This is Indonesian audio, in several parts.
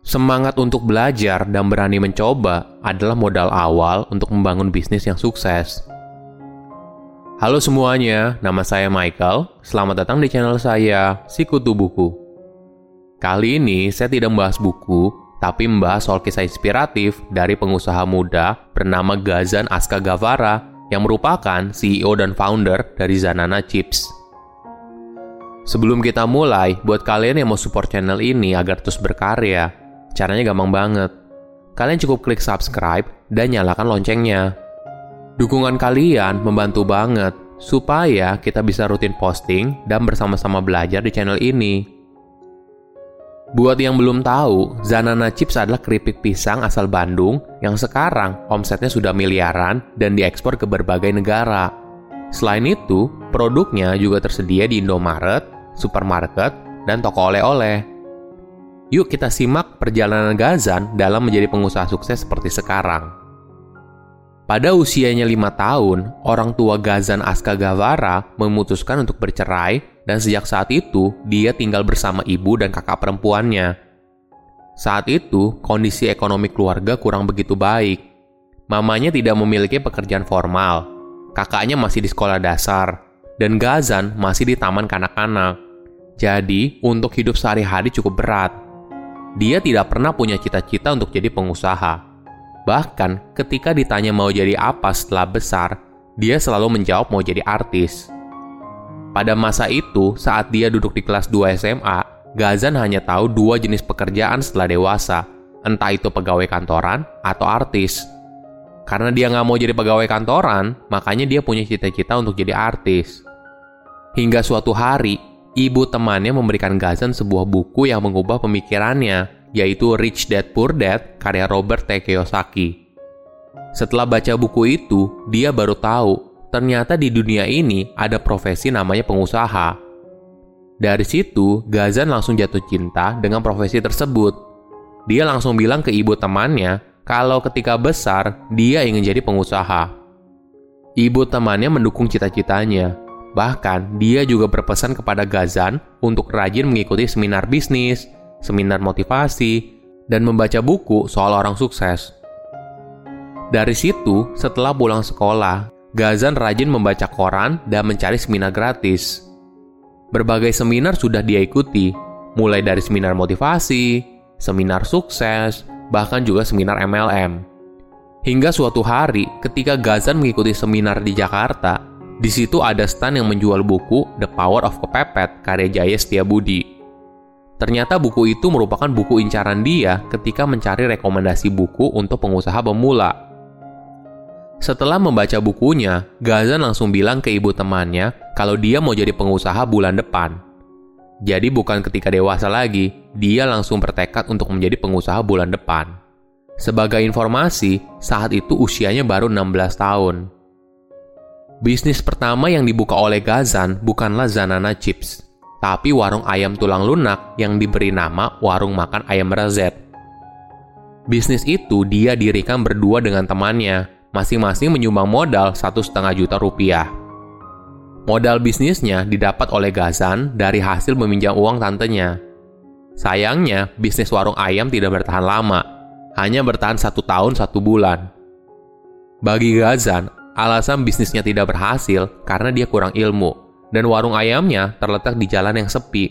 Semangat untuk belajar dan berani mencoba adalah modal awal untuk membangun bisnis yang sukses. Halo semuanya, nama saya Michael. Selamat datang di channel saya, Sikutu Buku. Kali ini saya tidak membahas buku, tapi membahas soal kisah inspiratif dari pengusaha muda bernama Ghazan Aska Gavara yang merupakan CEO dan founder dari Zanana Chips. Sebelum kita mulai, buat kalian yang mau support channel ini agar terus berkarya, caranya gampang banget. Kalian cukup klik subscribe dan nyalakan loncengnya. Dukungan kalian membantu banget supaya kita bisa rutin posting dan bersama-sama belajar di channel ini. Buat yang belum tahu, Zanana Chips adalah keripik pisang asal Bandung yang sekarang omsetnya sudah miliaran dan diekspor ke berbagai negara. Selain itu, produknya juga tersedia di Indomaret, supermarket, dan toko oleh-oleh. Yuk kita simak perjalanan Ghazan dalam menjadi pengusaha sukses seperti sekarang. Pada usianya 5 tahun, orang tua Ghazan Aska Gavara memutuskan untuk bercerai dan sejak saat itu dia tinggal bersama ibu dan kakak perempuannya. Saat itu, kondisi ekonomi keluarga kurang begitu baik. Mamanya tidak memiliki pekerjaan formal, kakaknya masih di sekolah dasar, dan Ghazan masih di taman kanak-kanak. Jadi, untuk hidup sehari-hari cukup berat. Dia tidak pernah punya cita-cita untuk jadi pengusaha. Bahkan, ketika ditanya mau jadi apa setelah besar, dia selalu menjawab mau jadi artis. Pada masa itu, saat dia duduk di kelas 2 SMA, Ghazan hanya tahu 2 jenis pekerjaan setelah dewasa, entah itu pegawai kantoran atau artis. Karena dia nggak mau jadi pegawai kantoran, makanya dia punya cita-cita untuk jadi artis. Hingga suatu hari, ibu temannya memberikan Ghazan sebuah buku yang mengubah pemikirannya, yaitu Rich Dad Poor Dad karya Robert T. Kiyosaki. Setelah baca buku itu, dia baru tahu ternyata di dunia ini ada profesi namanya pengusaha. Dari situ, Ghazan langsung jatuh cinta dengan profesi tersebut. Dia langsung bilang ke ibu temannya kalau ketika besar dia ingin jadi pengusaha. Ibu temannya mendukung cita-citanya. Bahkan, dia juga berpesan kepada Ghazan untuk rajin mengikuti seminar bisnis, seminar motivasi, dan membaca buku soal orang sukses. Dari situ, setelah pulang sekolah, Ghazan rajin membaca koran dan mencari seminar gratis. Berbagai seminar sudah dia ikuti, mulai dari seminar motivasi, seminar sukses, bahkan juga seminar MLM. Hingga suatu hari, ketika Ghazan mengikuti seminar di Jakarta, di situ ada stand yang menjual buku The Power of Kepepet karya Jaya Setiabudi. Ternyata buku itu merupakan buku incaran dia ketika mencari rekomendasi buku untuk pengusaha pemula. Setelah membaca bukunya, Ghazan langsung bilang ke ibu temannya kalau dia mau jadi pengusaha bulan depan. Jadi bukan ketika dewasa lagi, dia langsung bertekad untuk menjadi pengusaha bulan depan. Sebagai informasi, saat itu usianya baru 16 tahun. Bisnis pertama yang dibuka oleh Ghazan bukanlah Zanana Chips, tapi warung ayam tulang lunak yang diberi nama Warung Makan Ayam Rezet. Bisnis itu dia dirikan berdua dengan temannya, masing-masing menyumbang modal 1,5 juta rupiah. Modal bisnisnya didapat oleh Ghazan dari hasil meminjam uang tantenya. Sayangnya, bisnis warung ayam tidak bertahan lama, hanya bertahan 1 tahun 1 bulan. Bagi Ghazan, alasan bisnisnya tidak berhasil karena dia kurang ilmu, dan warung ayamnya terletak di jalan yang sepi.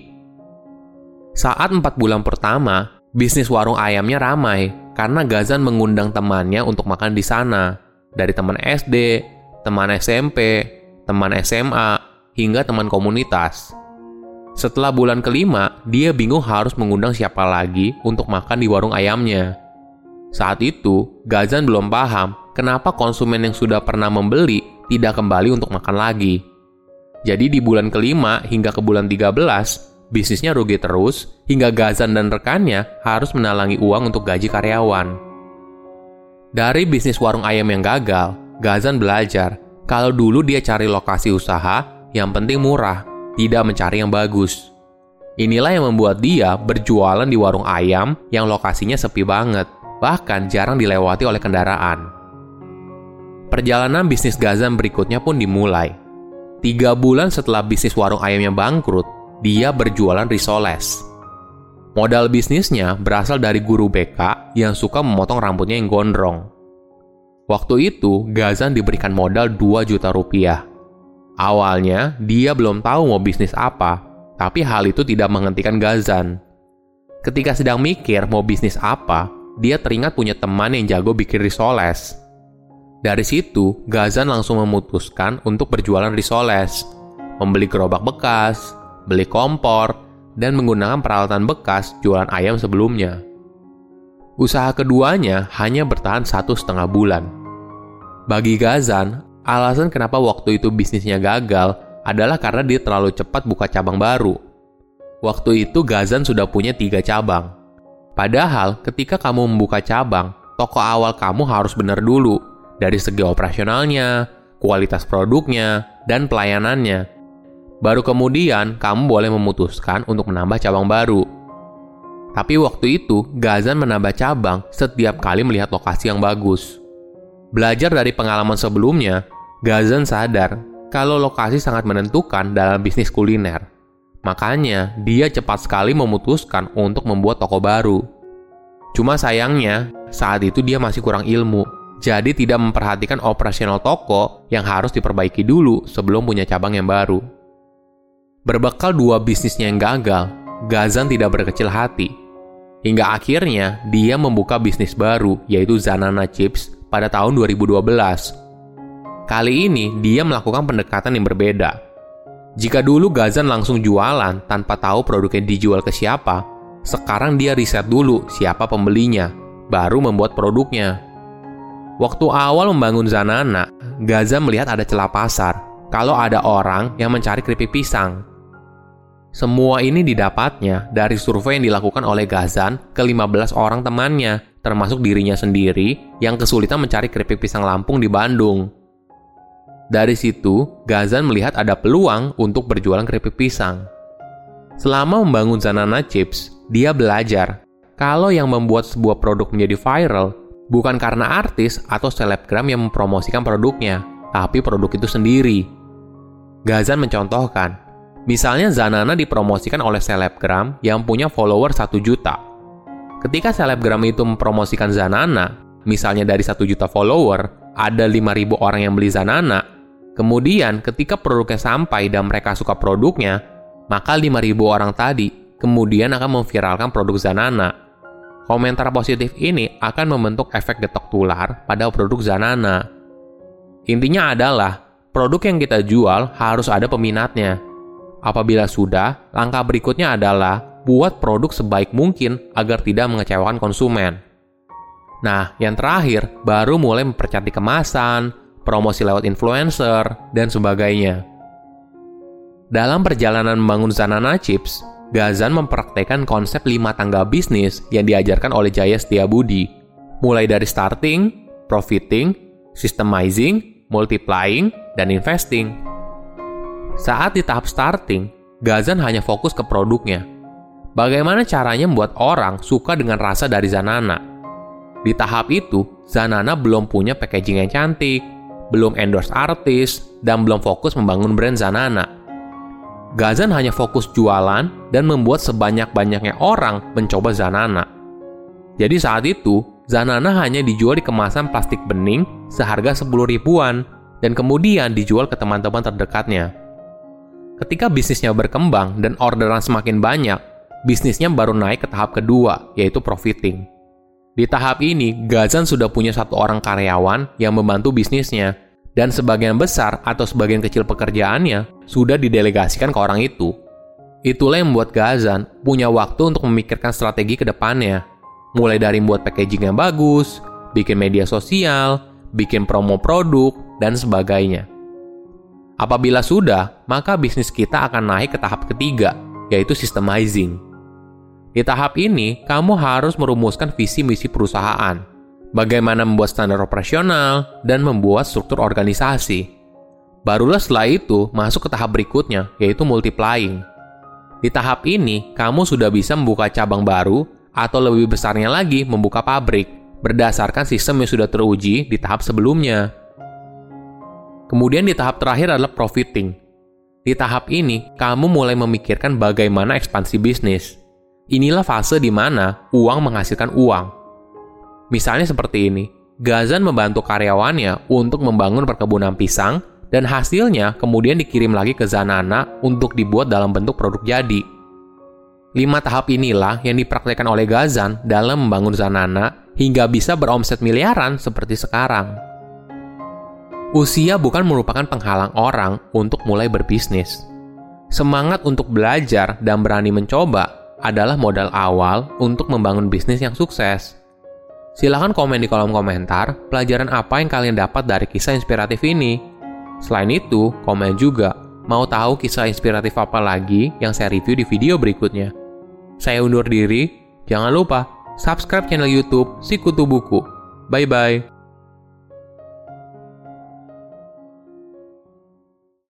Saat 4 bulan pertama, bisnis warung ayamnya ramai karena Ghazan mengundang temannya untuk makan di sana, dari teman SD, teman SMP, teman SMA, hingga teman komunitas. Setelah bulan kelima, dia bingung harus mengundang siapa lagi untuk makan di warung ayamnya. Saat itu, Ghazan belum paham kenapa konsumen yang sudah pernah membeli tidak kembali untuk makan lagi. Jadi di bulan kelima hingga ke bulan 13, bisnisnya rugi terus hingga Ghazan dan rekannya harus menalangi uang untuk gaji karyawan. Dari bisnis warung ayam yang gagal, Ghazan belajar kalau dulu dia cari lokasi usaha yang penting murah, tidak mencari yang bagus. Inilah yang membuat dia berjualan di warung ayam yang lokasinya sepi banget, bahkan jarang dilewati oleh kendaraan. Perjalanan bisnis Ghazan berikutnya pun dimulai. 3 bulan setelah bisnis warung ayamnya bangkrut, dia berjualan risoles. Modal bisnisnya berasal dari guru BK yang suka memotong rambutnya yang gondrong. Waktu itu, Ghazan diberikan modal 2 juta rupiah. Awalnya, dia belum tahu mau bisnis apa, tapi hal itu tidak menghentikan Ghazan. Ketika sedang mikir mau bisnis apa, dia teringat punya teman yang jago bikin risoles. Dari situ, Ghazan langsung memutuskan untuk berjualan risoles, membeli gerobak bekas, beli kompor, dan menggunakan peralatan bekas jualan ayam sebelumnya. Usaha keduanya hanya bertahan 1,5 bulan. Bagi Ghazan, alasan kenapa waktu itu bisnisnya gagal adalah karena dia terlalu cepat buka cabang baru. Waktu itu Ghazan sudah punya 3 cabang. Padahal ketika kamu membuka cabang, toko awal kamu harus benar dulu dari segi operasionalnya, kualitas produknya, dan pelayanannya. Baru kemudian kamu boleh memutuskan untuk menambah cabang baru. Tapi waktu itu, Ghazan menambah cabang setiap kali melihat lokasi yang bagus. Belajar dari pengalaman sebelumnya, Ghazan sadar kalau lokasi sangat menentukan dalam bisnis kuliner. Makanya, dia cepat sekali memutuskan untuk membuat toko baru. Cuma sayangnya, saat itu dia masih kurang ilmu, jadi tidak memperhatikan operasional toko yang harus diperbaiki dulu sebelum punya cabang yang baru. Berbekal 2 bisnisnya yang gagal, Ghazan tidak berkecil hati. Hingga akhirnya, dia membuka bisnis baru, yaitu Zanana Chips, pada tahun 2012. Kali ini, dia melakukan pendekatan yang berbeda. Jika dulu Ghazan langsung jualan tanpa tahu produknya dijual ke siapa, sekarang dia riset dulu siapa pembelinya, baru membuat produknya. Waktu awal membangun Zanana, Ghazan melihat ada celah pasar, kalau ada orang yang mencari keripik pisang. Semua ini didapatnya dari survei yang dilakukan oleh Ghazan ke 15 orang temannya, termasuk dirinya sendiri yang kesulitan mencari keripik pisang Lampung di Bandung. Dari situ, Ghazan melihat ada peluang untuk berjualan keripik pisang. Selama membangun Zanana Chips, dia belajar kalau yang membuat sebuah produk menjadi viral bukan karena artis atau selebgram yang mempromosikan produknya, tapi produk itu sendiri. Ghazan mencontohkan, misalnya Zanana dipromosikan oleh selebgram yang punya follower 1 juta. Ketika selebgram itu mempromosikan Zanana, misalnya dari 1 juta follower, ada 5.000 orang yang beli Zanana. Kemudian ketika produknya sampai dan mereka suka produknya, maka 5.000 orang tadi kemudian akan memviralkan produk Zanana. Komentar positif ini akan membentuk efek getok tular pada produk Zanana. Intinya adalah, produk yang kita jual harus ada peminatnya. Apabila sudah, langkah berikutnya adalah buat produk sebaik mungkin agar tidak mengecewakan konsumen. Nah, yang terakhir, baru mulai mempercantik kemasan, promosi lewat influencer, dan sebagainya. Dalam perjalanan membangun Zanana Chips, Ghazan mempraktekkan konsep 5 tangga bisnis yang diajarkan oleh Jaya Setiabudi, mulai dari starting, profiting, systemizing, multiplying, dan investing. Saat di tahap starting, Ghazan hanya fokus ke produknya. Bagaimana caranya membuat orang suka dengan rasa dari Zanana? Di tahap itu, Zanana belum punya packaging yang cantik, belum endorse artis, dan belum fokus membangun brand Zanana. Ghazan hanya fokus jualan dan membuat sebanyak-banyaknya orang mencoba Zanana. Jadi saat itu, Zanana hanya dijual di kemasan plastik bening seharga 10 ribuan dan kemudian dijual ke teman-teman terdekatnya. Ketika bisnisnya berkembang dan orderan semakin banyak, bisnisnya baru naik ke tahap kedua, yaitu profiting. Di tahap ini, Ghazan sudah punya 1 orang karyawan yang membantu bisnisnya, dan sebagian besar atau sebagian kecil pekerjaannya sudah didelegasikan ke orang itu. Itulah yang membuat Ghazan punya waktu untuk memikirkan strategi ke depannya, mulai dari membuat packaging yang bagus, bikin media sosial, bikin promo produk, dan sebagainya. Apabila sudah, maka bisnis kita akan naik ke tahap ketiga, yaitu systemizing. Di tahap ini, kamu harus merumuskan visi misi perusahaan, bagaimana membuat standar operasional, dan membuat struktur organisasi. Barulah setelah itu masuk ke tahap berikutnya, yaitu multiplying. Di tahap ini, kamu sudah bisa membuka cabang baru, atau lebih besarnya lagi membuka pabrik, berdasarkan sistem yang sudah teruji di tahap sebelumnya. Kemudian di tahap terakhir adalah profiting. Di tahap ini, kamu mulai memikirkan bagaimana ekspansi bisnis. Inilah fase di mana uang menghasilkan uang. Misalnya seperti ini, Ghazan membantu karyawannya untuk membangun perkebunan pisang dan hasilnya kemudian dikirim lagi ke Zanana untuk dibuat dalam bentuk produk jadi. 5 tahap inilah yang dipraktikkan oleh Ghazan dalam membangun Zanana hingga bisa beromset miliaran seperti sekarang. Usia bukan merupakan penghalang orang untuk mulai berbisnis. Semangat untuk belajar dan berani mencoba adalah modal awal untuk membangun bisnis yang sukses. Silahkan komen di kolom komentar pelajaran apa yang kalian dapat dari kisah inspiratif ini. Selain itu, komen juga mau tahu kisah inspiratif apa lagi yang saya review di video berikutnya. Saya undur diri, jangan lupa subscribe channel YouTube Sikutu Buku. Bye-bye.